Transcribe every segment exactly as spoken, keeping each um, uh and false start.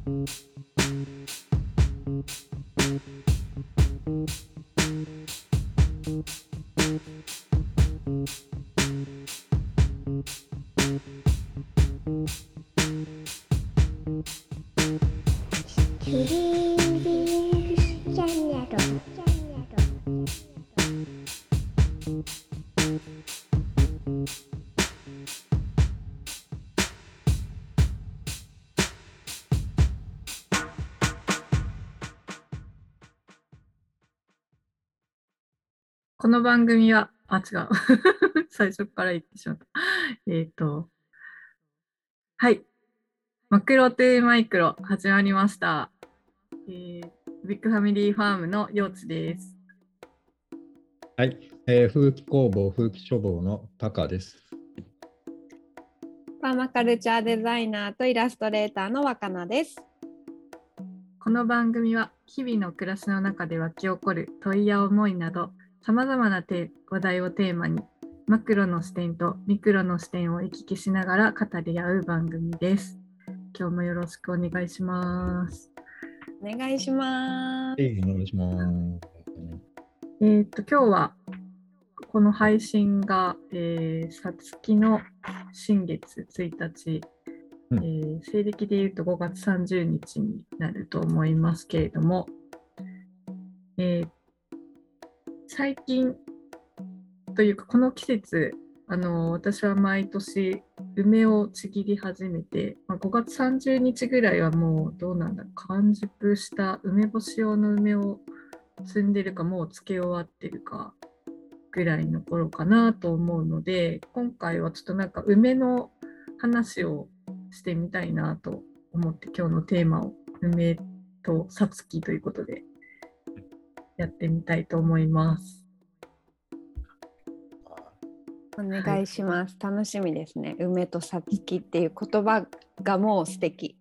キリンビーフチャンネル。 この番組は、あ、違う。最初から言ってしまった。えっと、はい。マクロトゥーマイクロ始まりました。えー、ビッグファミリーファームのようちです。 はい、えー、風紀工房風紀書房のタカです。 パーマカルチャーデザイナーとイラストレーターの若菜です。 この番組は日々の暮らしの中で湧き起こる問いや思いなどさまざまな話題をテーマにマクロの視点とミクロの視点を行き来しながら語り合う番組です。今日もよろしくお願いします。 お願いします。 はい、お願いします。 えっと今日はこの配信が、えー、さつきの新月ついたち、 うんえー、西暦でいうとごがつさんじゅうにちになると思いますけれども、えー、最近というかこの季節、あの私は毎年梅をちぎり始めて、まあ、ごがつさんじゅうにちぐらいはもうどうなんだ完熟した梅干し用の梅を摘んでるかもう漬け終わってるかぐらいの頃かなと思うので、今回はちょっとなんか梅の話をしてみたいなと思って今日のテーマを梅とさつきということでやってみたいと思います。 お願いします。はい、楽しみですね。梅とさつきっていう言葉がもう素敵。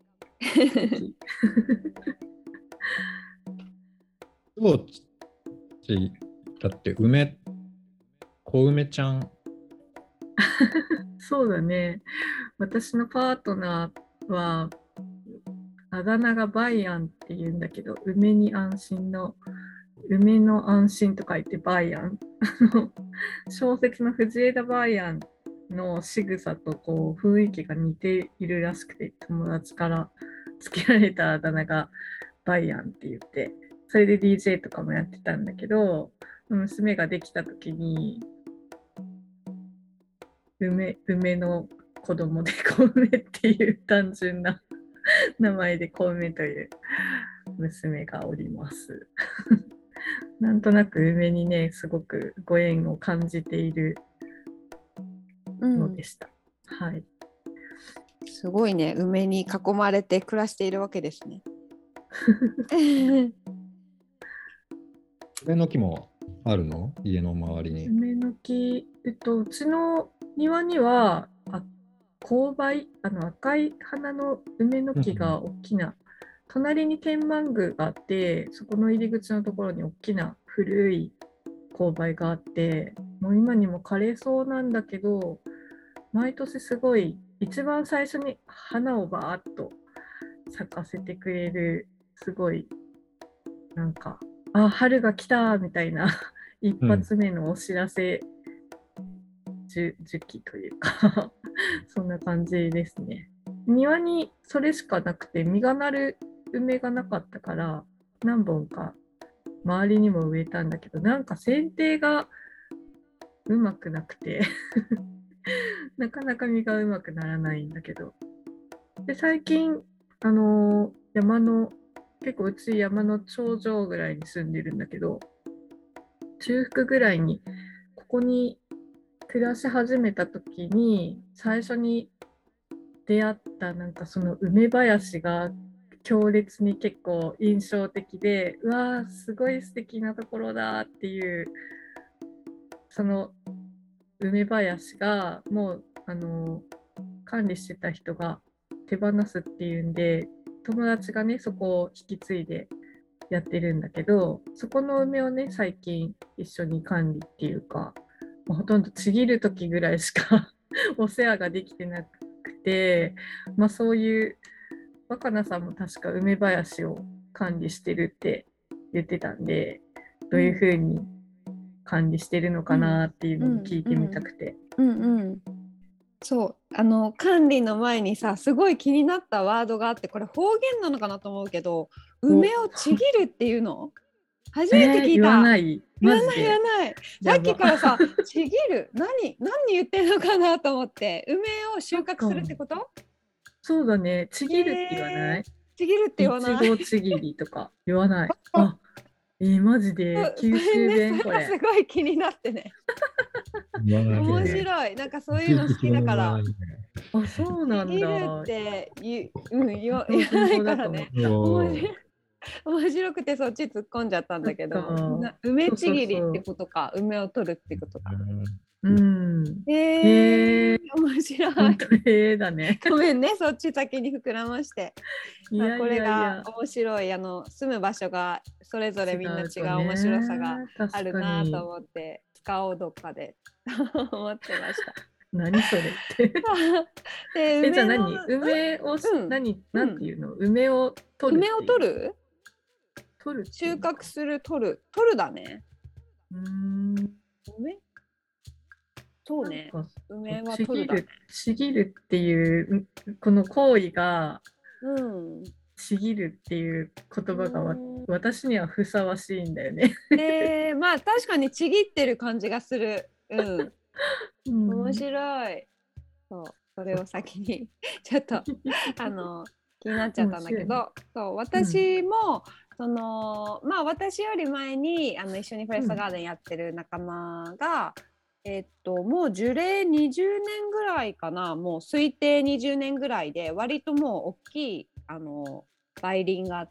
そうだって梅、小梅ちゃん。 そうだね。私のパートナーはあだ名がバイアンって言うんだけど、梅に安心の梅の安心と書いてバイアン。小説の藤枝バイアンの仕草とこう雰囲気が似ているらしくて、友達から付けられたあだ名がバイアンって言って、それで ディージェー とかもやってたんだけど、娘ができた時に梅、梅の子供で小梅っていう単純な名前で小梅という娘がおります。なんとなく梅にね、すごくご縁を感じているのでした。うん、はい。 すごいね、梅に囲まれて暮らしているわけですね。 梅の木もあるの？家の周りに。 梅の木、えっと、うちの庭には、あ、紅梅、あの赤い花の梅の木が大きな、うん、隣に天満宮があって、そこの入り口のところに大きな古い紅梅があって、もう今にも枯れそうなんだけど、毎年すごい、一番最初に花をバーッと咲かせてくれる、すごい、なんか、あ、春が来たみたいな一発目のお知らせ、時期というかそんな感じですね。庭にそれしかなくて実がなる梅がなかったから何本か周りにも植えたんだけど、なんか剪定がうまくなくてなかなか実がうまくならないんだけど、で最近あの山の結構うち山の頂上ぐらいに住んでるんだけど、中腹ぐらいにここに暮らし始めた時に最初に出会ったなんかその梅林が強烈に結構印象的で、うわーすごい素敵なところだっていう、その梅林がもうあの管理してた人が手放すっていうんで、友達がねそこを引き継いでやってるんだけど、そこの梅をね最近一緒に管理っていうか、ほとんどちぎる時ぐらいしかお世話ができてなくて、まあ、そういう若菜さんも確か梅林を管理してるって言ってたんで、どういうふうに管理してるのかなっていうのを聞いてみたくて。 うんうん。そうあの管理の前にさ、すごい気になったワードがあって、これ方言なのかなと思うけど、梅をちぎるっていうの初めて聞いた。 えー、言わない言わマジでない言わないさっきからさちぎる何何言ってるのかなと思って、梅を収穫するってこと？ そうだね、ちぎるって言わない、 えー、ちぎるって言わない。 いちごちぎりとか言わない。あ、えー、マジで九州弁これ。 すごい気になってね。面白い。なんかそういうの好きだから。 あ、そうなんだ。 ちぎるって言う、うん、言わないからね。面白い。面白くてそっち突っ込んじゃったんだけど、梅ちぎりってことか、そうそうそう、梅を取るってことか。 うん。 へえー、面白い。 本当へだね。 ごめんね、そっち先に膨らまして。 いやいやいや、 これが面白い。あの住む場所がそれぞれみんな違う面白さがあるなと思って、使おうどっかで思ってました。 何それってで。え、じゃあ何？梅を、うん、何、なんていうの？梅を取る。 梅を取る？ 取る。 収穫する、取る、取るだね。 うーん。 梅？そうね。梅は取るだね。 ちぎるっていうこの行為が、 うん、 ちぎるっていう言葉がわ、私にはふさわしいんだよね。 えー、まあ確かにちぎってる感じがする。うん。うん、面白い。そう、それを先にちょっとあの気になっちゃったんだけど、そう私も、うん、そのまあ私より前にあの一緒にフォレストガーデンやってる仲間が、うん、えっともう樹齢にじゅうねんぐらいかな、もう推定にじゅうねんぐらいで割ともう大きいあの梅林があって、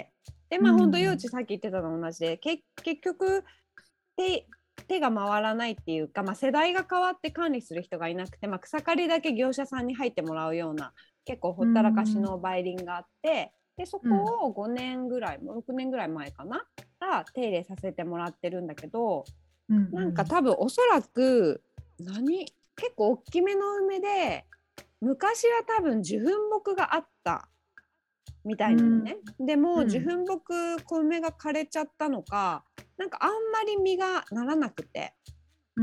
でまあ本当幼稚さっき言ってたのと同じで、け結局で手が回らないっていうか、まあ、世代が変わって管理する人がいなくて、まあ、草刈りだけ業者さんに入ってもらうような結構ほったらかしの梅林があって、でそこをごねんぐらい、もうろくねんぐらい前かなが手入れさせてもらってるんだけど、うんうん、なんか多分おそらく何結構大きめの梅で、昔は多分受粉木があったみたいなのね、うん、でも、うん、受粉木小梅が枯れちゃったのか、なんかあんまり実がならなくて、うん、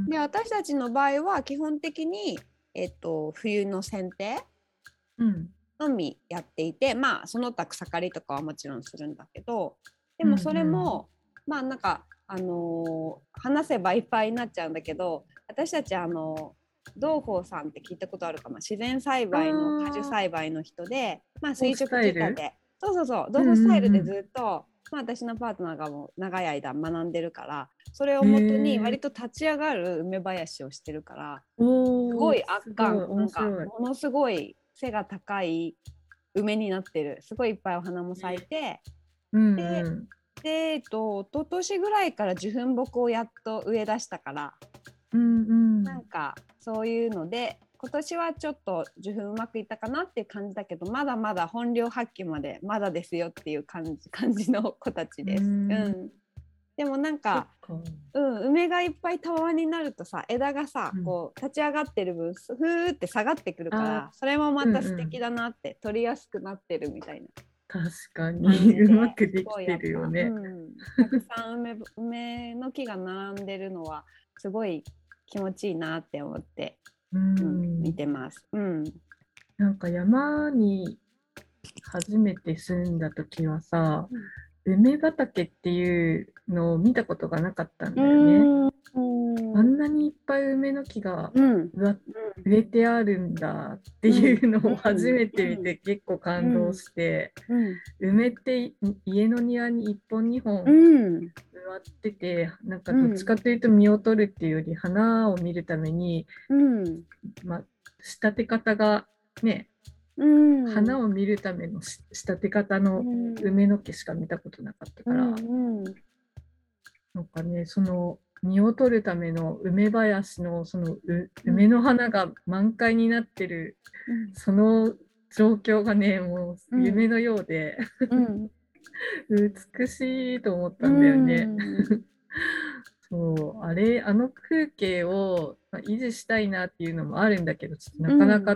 で私たちの場合は基本的に、えっと、冬の剪定のみやっていて、うん、まあその他草刈りとかはもちろんするんだけど、でもそれも、うんうん、まあなんかあのー、話せばいっぱいになっちゃうんだけど、私たちあの道宝さんって聞いたことあるかも。自然栽培の果樹栽培の人で、まあ垂直仕立て、そうそうそう、道宝スタイルでずっと、うんうんうん、まあ、私のパートナーがもう長い間学んでるから、それをもとに割と立ち上がる梅林をしてるから、すごい圧巻、なんかものすごい背が高い梅になってる。すごいいっぱいお花も咲いて、うんうん、で、でえっと一昨年ぐらいから受粉木をやっと植え出したから、うんうん、なんかそういうので今年はちょっと受粉うまくいったかなっていう感じだけど、まだまだ本領発揮までまだですよっていう感じ、感じの子たちです。うん、うん、でもなんか、うん、梅がいっぱいたわわになるとさ、枝がさ、うん、こう立ち上がってる分ふーって下がってくるから、それもまた素敵だなって、うんうん、取りやすくなってるみたいな。 確かにうまくできてるよね。 うん、たくさん 梅, 梅の木が並んでるのはすごい気持ちいいなって思って、うんうん、見てます、うん、 なんか山に初めて住んだ時はさ、うん、梅畑っていうのを見たことがなかったんだよね。あんなにいっぱい梅の木が植えてあるんだっていうのを初めて見て結構感動して、梅って家の庭にいっぽんにほん植わってて、なんかどっちかというと実を取るっていうより花を見るために、まあ、仕立て方がね、花を見るための仕立て方の梅の木しか見たことなかったから、なんかね、その実を取るための梅林のその梅の花が満開になってる、うん、その状況がね、もう夢のようで、うん、美しいと思ったんだよね。うん、そうあれあの風景を維持したいなっていうのもあるんだけど、ちょっとなかなか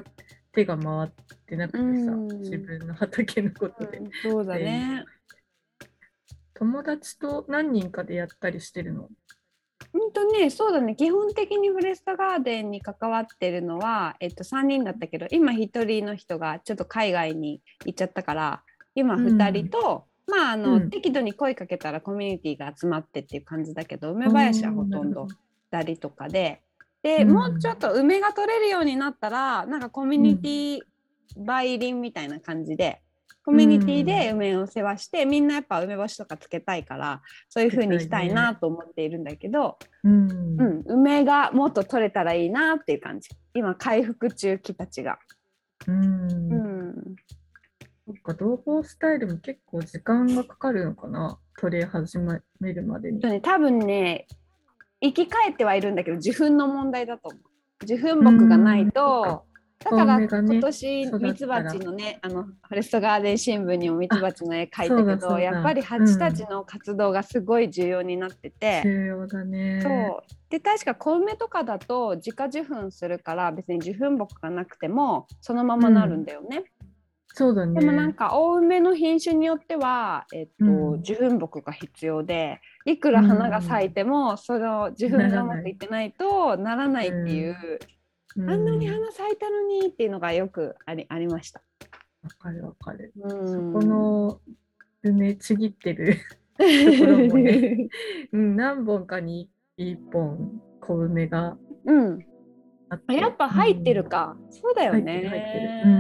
手が回ってなくてさ、 うん自分の畑のことで、 うんそうだね。 友達と何人かでやったりしてるの？ うんとね、そうだね。基本的にフォレストガーデンに関わってるのは、えっと、さんにんだったけど、今ひとりの人がちょっと海外に行っちゃったから、今ふたりと、まああの、 うん適度に声かけたらコミュニティが集まってっていう感じだけど、梅林はほとんどふたりとかで、で、 うんもうちょっと梅が取れるようになったら、なんかコミュニティ梅林みたいな感じで、コミュニティで梅を世話して、みんなやっぱ梅干しとかつけたいから、そういう風にしたいなと思っているんだけど、 うんうん、梅がもっと取れたらいいなっていう感じ。今回復中木たちが。 うんうん、 そっか、同胞スタイルも結構時間がかかるのかな、取れ始めるまでに。 ね、多分ね、生き返ってはいるんだけど、受粉の問題だと思う。受粉木がないと、だから今年ミツバチのね、あのフォレストガーデン新聞にもミツバチの絵描いたけど、やっぱり蜂たちの活動がすごい重要になってて、 重要だね。 そうで、確か小梅とかだと自家受粉するから別に受粉木がなくてもそのままなるんだよね。うん、 そうだね。 でもなんか大梅の品種によっては、えっとうん、受粉木が必要で、いくら花が咲いても、うん、その受粉がうまくいってないとならないっていう、うん、あんなに花咲いたのにっていうのがよくあり、ありました。 わかるわかる。 うん、 そこの梅ちぎってるところもね、うん、何本かにいっぽん小梅がうんやっぱ入ってるか、うん、そうだよね。 入ってる入ってる、うん、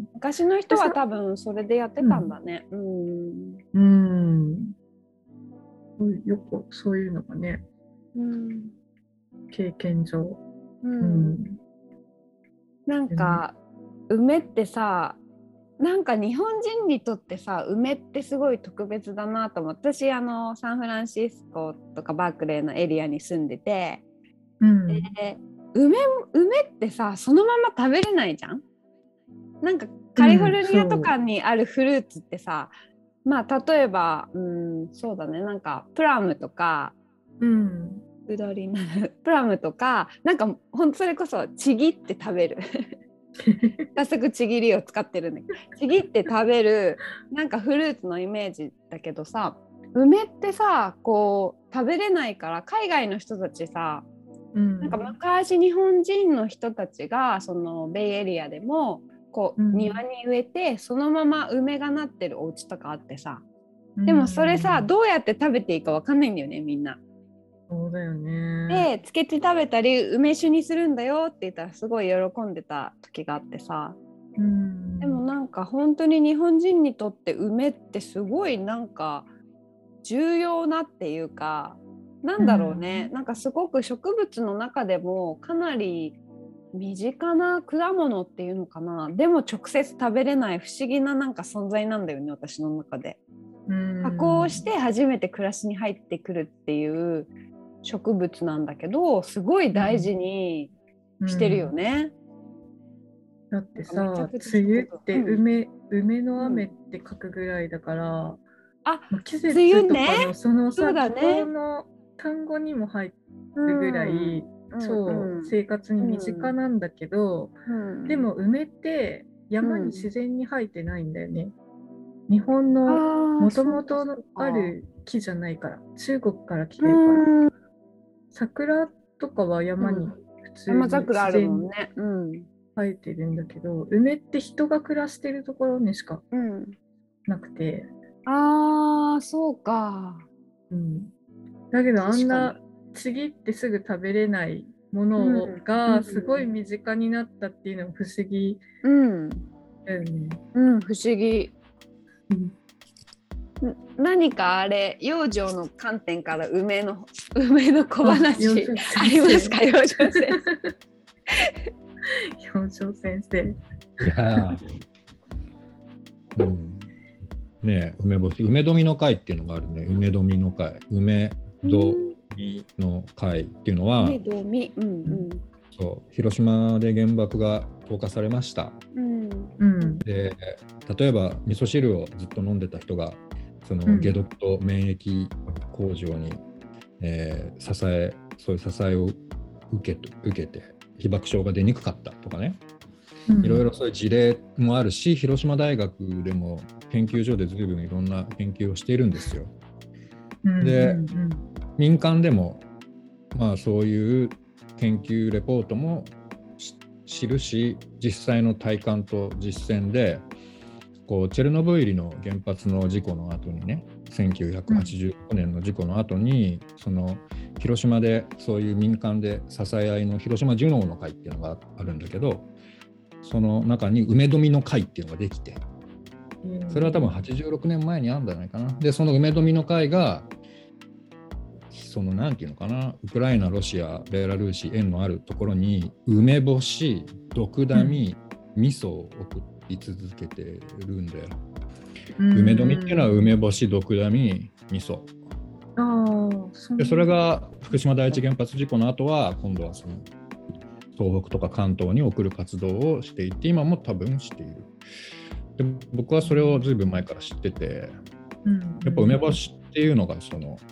昔の人は多分それでやってたんだね。うん、 うんうん、よくそういうのがね、うん、経験上、 うんうん、なんか、うん、梅ってさ、なんか日本人にとってさ、梅ってすごい特別だなと思って、私あのサンフランシスコとかバークレーのエリアに住んでて、うん、で梅, 梅ってさ、そのまま食べれないじゃん。なんかカリフォルニアとかにあるフルーツってさ、うん、まあ例えば、うん、そうだね、なんかプラムとか、うん、うどりなプラムとか、なんかほんとそれこそちぎって食べる早速ちぎりを使ってるんだけど、ちぎって食べるなんかフルーツのイメージだけどさ、梅ってさ、こう食べれないから、海外の人たちさ、うん、なんか昔日本人の人たちがそのベイエリアでもこう、うん、庭に植えてそのまま梅がなってるお家とかあってさ、でもそれさ、どうやって食べていいか分かんないんだよね、みんな。 そうだよね。 で、つけて食べたり梅酒にするんだよって言ったらすごい喜んでた時があってさ、うん、でもなんか本当に日本人にとって梅ってすごいなんか重要なっていうか、なんだろうね、うん、なんかすごく植物の中でもかなり身近な果物っていうのかな、でも直接食べれない不思議ななんか存在なんだよね、私の中で。うん、加工して初めて暮らしに入ってくるっていう植物なんだけど、すごい大事にしてるよね。 うんうん、だってさ、梅雨って梅、うん、梅の雨って書くぐらいだから、 あ、 季節とかのそのさ、 そうだね、 の単語にも入るぐらい、うん、超生活に身近なんだけど、うん、でも梅って山に自然に生えてないんだよね。うん、日本のもともとある木じゃないから、中国から来てるから。うん、桜とかは山に普通に自然に生えてるんだけど、梅って人が暮らしてるところにしかなくて。 うん、あー、そうか。 うん、だけどあんなちぎってすぐ食べれないものがすごい身近になったっていうのも不思議だよね。 うん、うん、不思議。うん、何かあれ、養生の観点から梅の梅の小話ありますか、養生先生。 養生先生。 いや、うん、ねえ、梅干し、梅どみの会っていうのがあるね。梅どみの会、梅どみの会っていうのは、 梅どみ、うんうん、 そう広島で原爆が投下されました。うんうん、で、例えば味噌汁をずっと飲んでた人がその解毒と免疫向上に、えー、支えそういう支えを受け、受けて被爆症が出にくかったとかね、 いろいろそういう事例もあるし、広島大学でも研究所で随分いろんな研究をしているんですよ。で、民間でもまあそういう研究レポートも知るし、実際の体感と実践でこうチェルノブイリの原発の事故の後にね、せんきゅうひゃくはちじゅうろくねんの事故の後に、うん、その広島でそういう民間で支え合いの広島ジュノーの会っていうのがあるんだけど、その中に梅富の会っていうのができて、それは多分はちじゅうろくねんまえにあるんじゃないかな。でその梅富の会がそのなんていうのかな、ウクライナ、ロシア、ベラルーシ縁のあるところに梅干し、ドクダミ、うん、味噌を送り続けてるんだよ。梅富っていうのは梅干し、ドクダミ、味噌。あそでそれが福島第一原発事故の後は今度はその東北とか関東に送る活動をしていて、今も多分している。で僕はそれをずいぶん前から知ってて、うん、やっぱ梅干しっていうのがその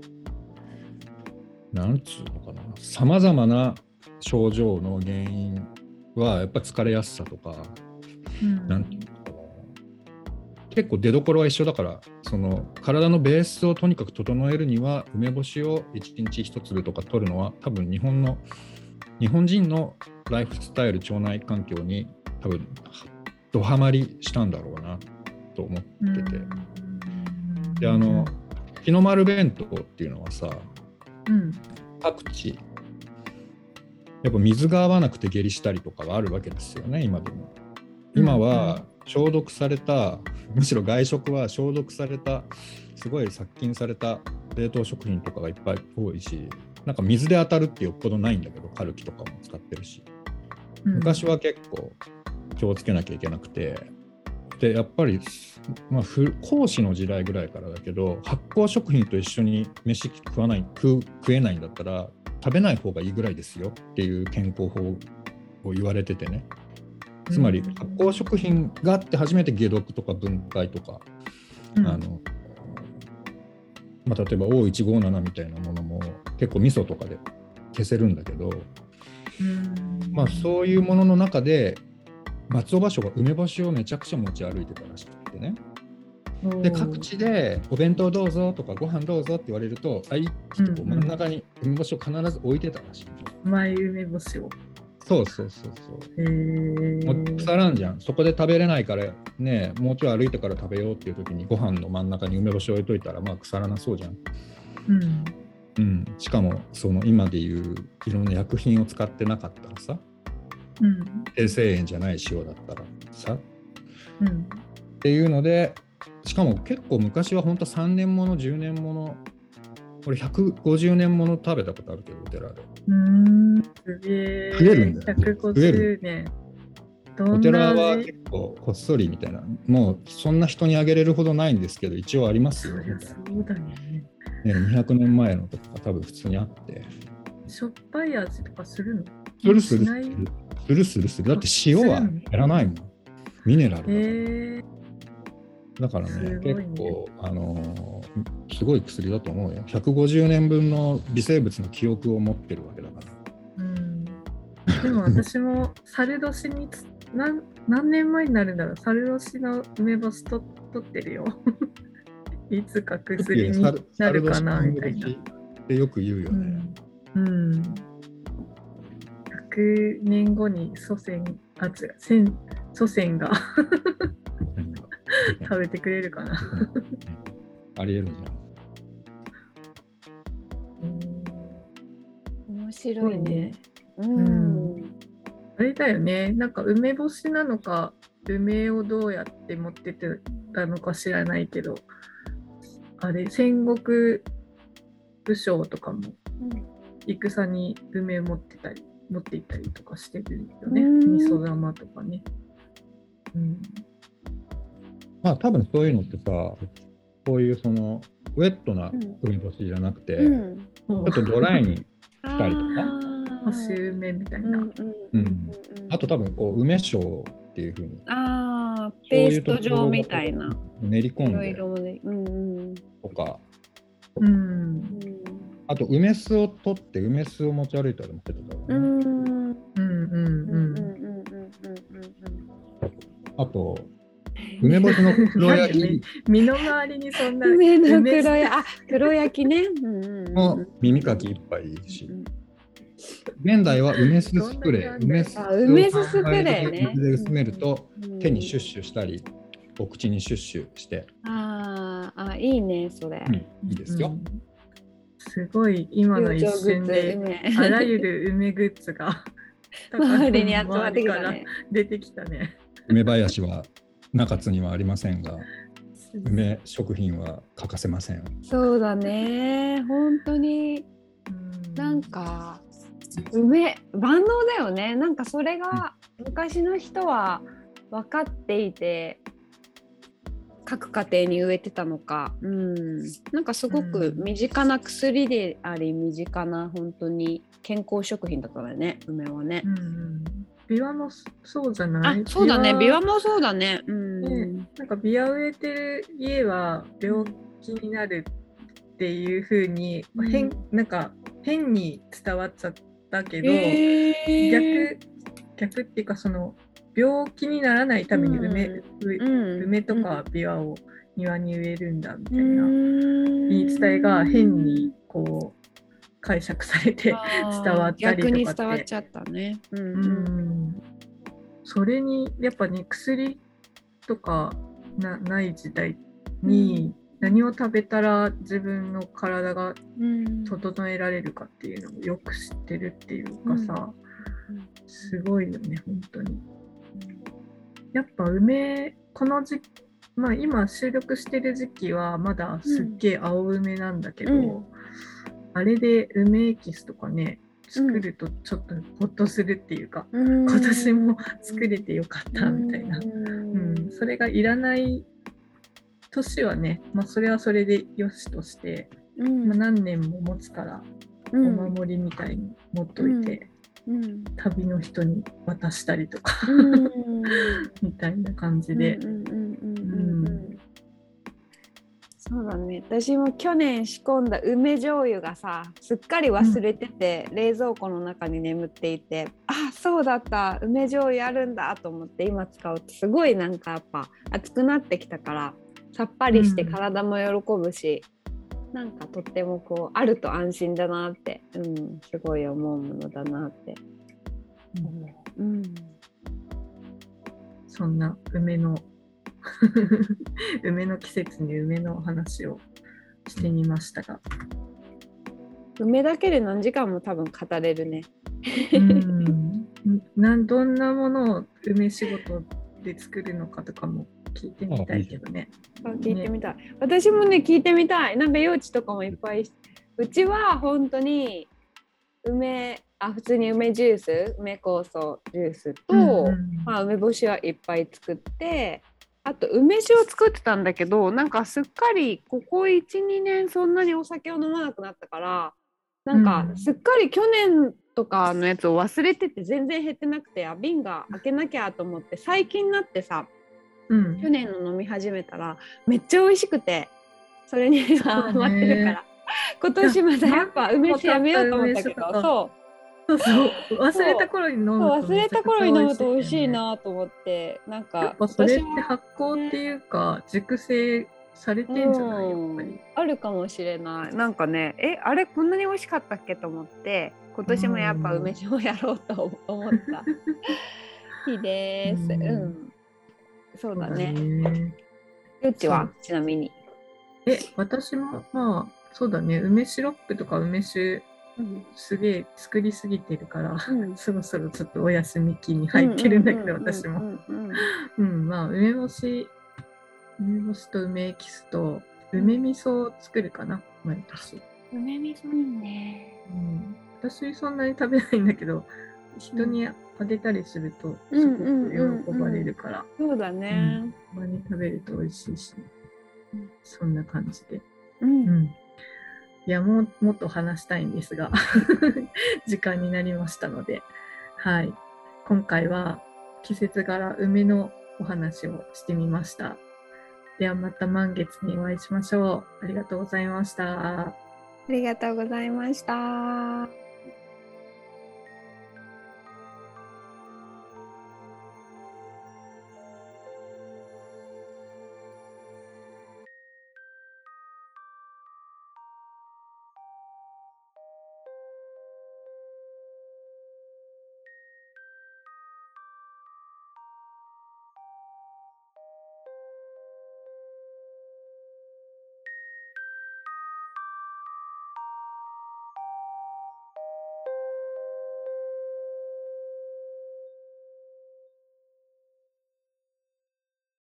なんつうのかな、さまざまな症状の原因はやっぱ疲れやすさとか、うん、なんていうのかな、結構出どころは一緒だから、その体のベースをとにかく整えるには梅干しをいちにちひとつぶとか取るのは多分日本の日本人のライフスタイル、腸内環境に多分ドハマりしたんだろうなと思ってて、うん、であの日の丸弁当っていうのはさ、うん、各地やっぱ水が合わなくて下痢したりとかがあるわけですよね。今でも今は消毒された、むしろ外食は消毒されたすごい殺菌された冷凍食品とかがいっぱい多いし、なんか水で当たるってよっぽどないんだけど、カルキとかも使ってるし、昔は結構気をつけなきゃいけなくて、でやっぱり、まあ、孔子の時代ぐらいからだけど、発酵食品と一緒に飯食わない 食, 食えないんだったら食べない方がいいぐらいですよっていう健康法を言われててね。つまり発酵食品があって初めて解毒とか分解とか、うん、あのまあ、例えば オーいちごーなな みたいなものも結構味噌とかで消せるんだけど、うんまあ、そういうものの中で松尾芭蕉が梅干しをめちゃくちゃ持ち歩いてたらしくてね。で各地でお弁当どうぞとかご飯どうぞって言われると、あいってこう真ん中に梅干しを必ず置いてたらしい。 マイ梅干しを。 そうそうそうそう。へー。もう腐らんじゃん。そこで食べれないからね、もうちょい歩いてから食べようっていう時にご飯の真ん中に梅干しを置いといたらまあ腐らなそうじゃん。うんうん、しかもその今でいういろんな薬品を使ってなかったらさ、うん、低精塩じゃない塩だったらさ、うん、っていうので、しかも結構昔は本当さんねんものじゅうねんもの、俺ひゃくごじゅうねんもの食べたことあるけど、お寺で。うーん、すげえ。増えるんだよ、ね。ひゃくごじゅうねん。お寺は結構こっそりみたいな、もうそんな人にあげれるほどないんですけど一応ありますよみたいな。そうだね。ね、にひゃくねんまえのとか多分普通にあって。しょっぱい味とかするの？するするするするするする。だって塩は減らないもん。ミネラルだから。えー、だからね、ね結構あのー、すごい薬だと思うよ。ひゃくごじゅうねんぶんの微生物の記憶を持ってるわけだから。うん。でも私も猿年に何, 何年前になるんだろう。猿年の梅干しと取ってるよ。いつか薬になるかなみたいな。ってよく言うよね。うん。うん、ひゃくねんごに祖先、あ、違う、先祖先が食べてくれるかな。ありえるんじゃない。 面白いね。 うん。うん、あれだよね。なんか梅干しなのか、梅をどうやって持ってたのか知らないけど。あれ戦国武将とかも戦に梅持ってたり持っていったりとかしてるよね。味噌玉とかね。うん、 まあ多分そういうのってさ、こういうそのウェットな梅干しじゃなくて、うん、ちょっとドライにしたりとか、 干し梅みたいな。うんうん、あと多分こう梅酒っていう風に。 ああ、ペースト状みたいな。 練り込んで。 いろいろね。うんうん。 とか、うん、あと梅酢を取って梅酢を持ち歩いたりもしてたからね。うんうんうんうんうんあと梅干しの黒焼き身の回りにそんな梅の黒焼き、あ、黒焼きね。 の耳かき一杯いいし、現代は梅酢スプレー、梅酢あ、梅酢スプレーね。 水で薄めると手にシュッシュしたり、お口にシュッシュして。 ああ、いいねそれ。 うん、いいですよ。 うん、すごい今の一瞬であらゆる梅グッズが周りに集まってきたね。 出てきたね。 梅林は中津にはありませんが、梅食品は欠かせません。 そうだね、本当に。なんか梅万能だよね。なんかそれが昔の人は分かっていて、各家庭に植えてたのか、うん、なんかすごく身近な薬であり、身近な本当に健康食品だったね、梅はね。うん、 ビワもそうじゃない？ あ、そうだね、ビワもそうだね。うん、 ね、なんかビワ植えてる家は病気になるっていう風に、うん、変なんか変に伝わっちゃったけど、えー、逆逆っていうか、その病気にならないために梅、うん、梅とかビワを庭に植えるんだみたいな言い伝えが変にこう解釈されて伝わったりとかって、逆に伝わっちゃったね。うんうんうん、 それにやっぱね、薬とか な, ない時代に何を食べたら自分の体が整えられるかっていうのをよく知ってるっていうかさ、すごいよね本当に。やっぱ梅、この時期、まあ今収録してる時期はまだすっげえ青梅なんだけど、うん、あれで梅エキスとかね作るとちょっとホッとするっていうか、うん、今年も作れてよかったみたいな、うん、それがいらない年はね、まあそれはそれでよしとして、うんまあ、何年も持つからお守りみたいに持っといて、うん、旅の人に渡したりとかみたいな感じで。 そうだね、私も去年仕込んだ梅醤油がさ、すっかり忘れてて、うん、冷蔵庫の中に眠っていて、あ、そうだった、梅醤油あるんだと思って今使うとすごいなんかやっぱ熱くなってきたから、さっぱりして体も喜ぶし、うん、なんかとってもこうあると安心だなって、うん、すごい思うものだなって思う、うん、 そんな梅の梅の季節に梅の話をしてみましたが、 梅だけで何時間も多分語れるね。 うんなんどんなものを梅仕事で作るのかとかも聞いてみたいけどね。 あ、聞いてみたい、ね、私もね聞いてみたい。なんか用地とかもいっぱい、うちは本当に梅、あ、普通に梅ジュース、梅酵素ジュースと、うんうんまあ、梅干しはいっぱい作って、あと梅酒を作ってたんだけど、なんかすっかりここ いち,に 年そんなにお酒を飲まなくなったから、なんかすっかり去年とかのやつを忘れてて全然減ってなくて、あ、瓶が開けなきゃと思って最近になってさ、うん、去年の飲み始めたらめっちゃ美味しくて、それにハマってるから、今年またやっぱ梅酒やめようと思ったけど、そうそうそう忘れた頃に飲むと忘れた頃に飲むと美味しいなと思って、なんかやっぱそれって発酵っていうか、ね、熟成されてんじゃない、やっぱりあるかもしれない。なんかね、え、あれこんなに美味しかったっけと思って、今年もやっぱ梅酒をやろうと思った日です。うん、うん、そうだね。よっちはちなみにえ、私もまあそうだね、梅シロップとか梅酒うん、すげえ作りすぎてるから、うん、そろそろちょっとお休み期に入ってるんだけど、私もうんまあ梅干し梅干しと梅エキスと梅味噌を作るかな、毎年。 梅味噌いいね、 うん、私そんなに食べないんだけど、人にあげたりするとすごく喜ばれるから、 そうだね、 たまに食べると美味しいし、うん、そんな感じで、 うん、うんいやもうもっと話したいんですが時間になりましたので、はい、今回は季節柄梅のお話をしてみました。ではまた満月にお会いしましょう。ありがとうございました。 ありがとうございました。